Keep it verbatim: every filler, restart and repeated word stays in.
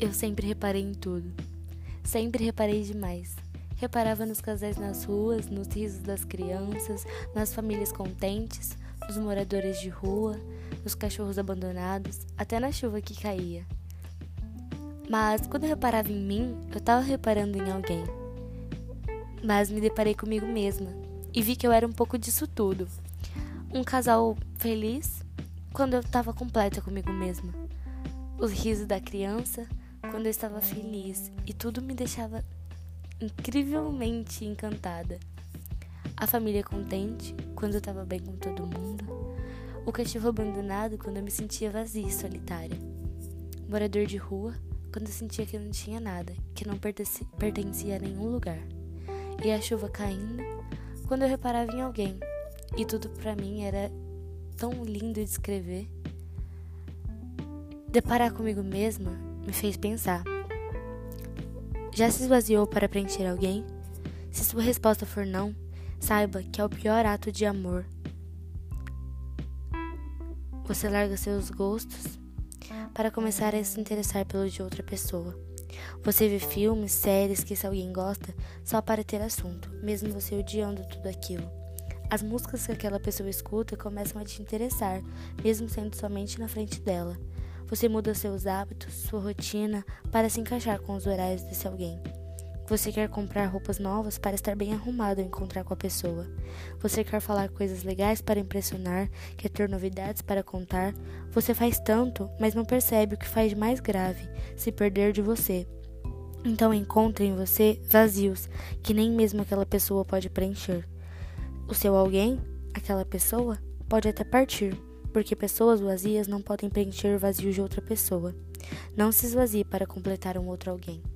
Eu sempre reparei em tudo. Sempre reparei demais. Reparava nos casais nas ruas, nos risos das crianças, nas famílias contentes, nos moradores de rua, nos cachorros abandonados, até na chuva que caía. Mas quando eu reparava em mim, eu estava reparando em alguém. Mas me deparei comigo mesma e vi que eu era um pouco disso tudo. Um casal feliz quando eu estava completa comigo mesma. Os risos da criança quando eu estava feliz e tudo me deixava incrivelmente encantada. A família contente quando eu estava bem com todo mundo. O cachorro abandonado quando eu me sentia vazia e solitária. O morador de rua quando eu sentia que eu não tinha nada, que não pertencia, pertencia a nenhum lugar. E a chuva caindo quando eu reparava em alguém. E tudo pra mim era tão lindo de escrever. Deparar comigo mesma me fez pensar. Já se esvaziou para preencher alguém? Se sua resposta for não, saiba que é o pior ato de amor. Você larga seus gostos para começar a se interessar pelo de outra pessoa. Você vê filmes, séries que se alguém gosta só para ter assunto, mesmo você odiando tudo aquilo. As músicas que aquela pessoa escuta começam a te interessar, mesmo sendo somente na frente dela. Você muda seus hábitos, sua rotina, para se encaixar com os horários desse alguém. Você quer comprar roupas novas para estar bem arrumado ao encontrar com a pessoa. Você quer falar coisas legais para impressionar, quer ter novidades para contar. Você faz tanto, mas não percebe o que faz de mais grave, se perder de você. Então encontre em você vazios que nem mesmo aquela pessoa pode preencher. O seu alguém, aquela pessoa, pode até partir, porque pessoas vazias não podem preencher o vazio de outra pessoa. Não se esvazie para completar um outro alguém.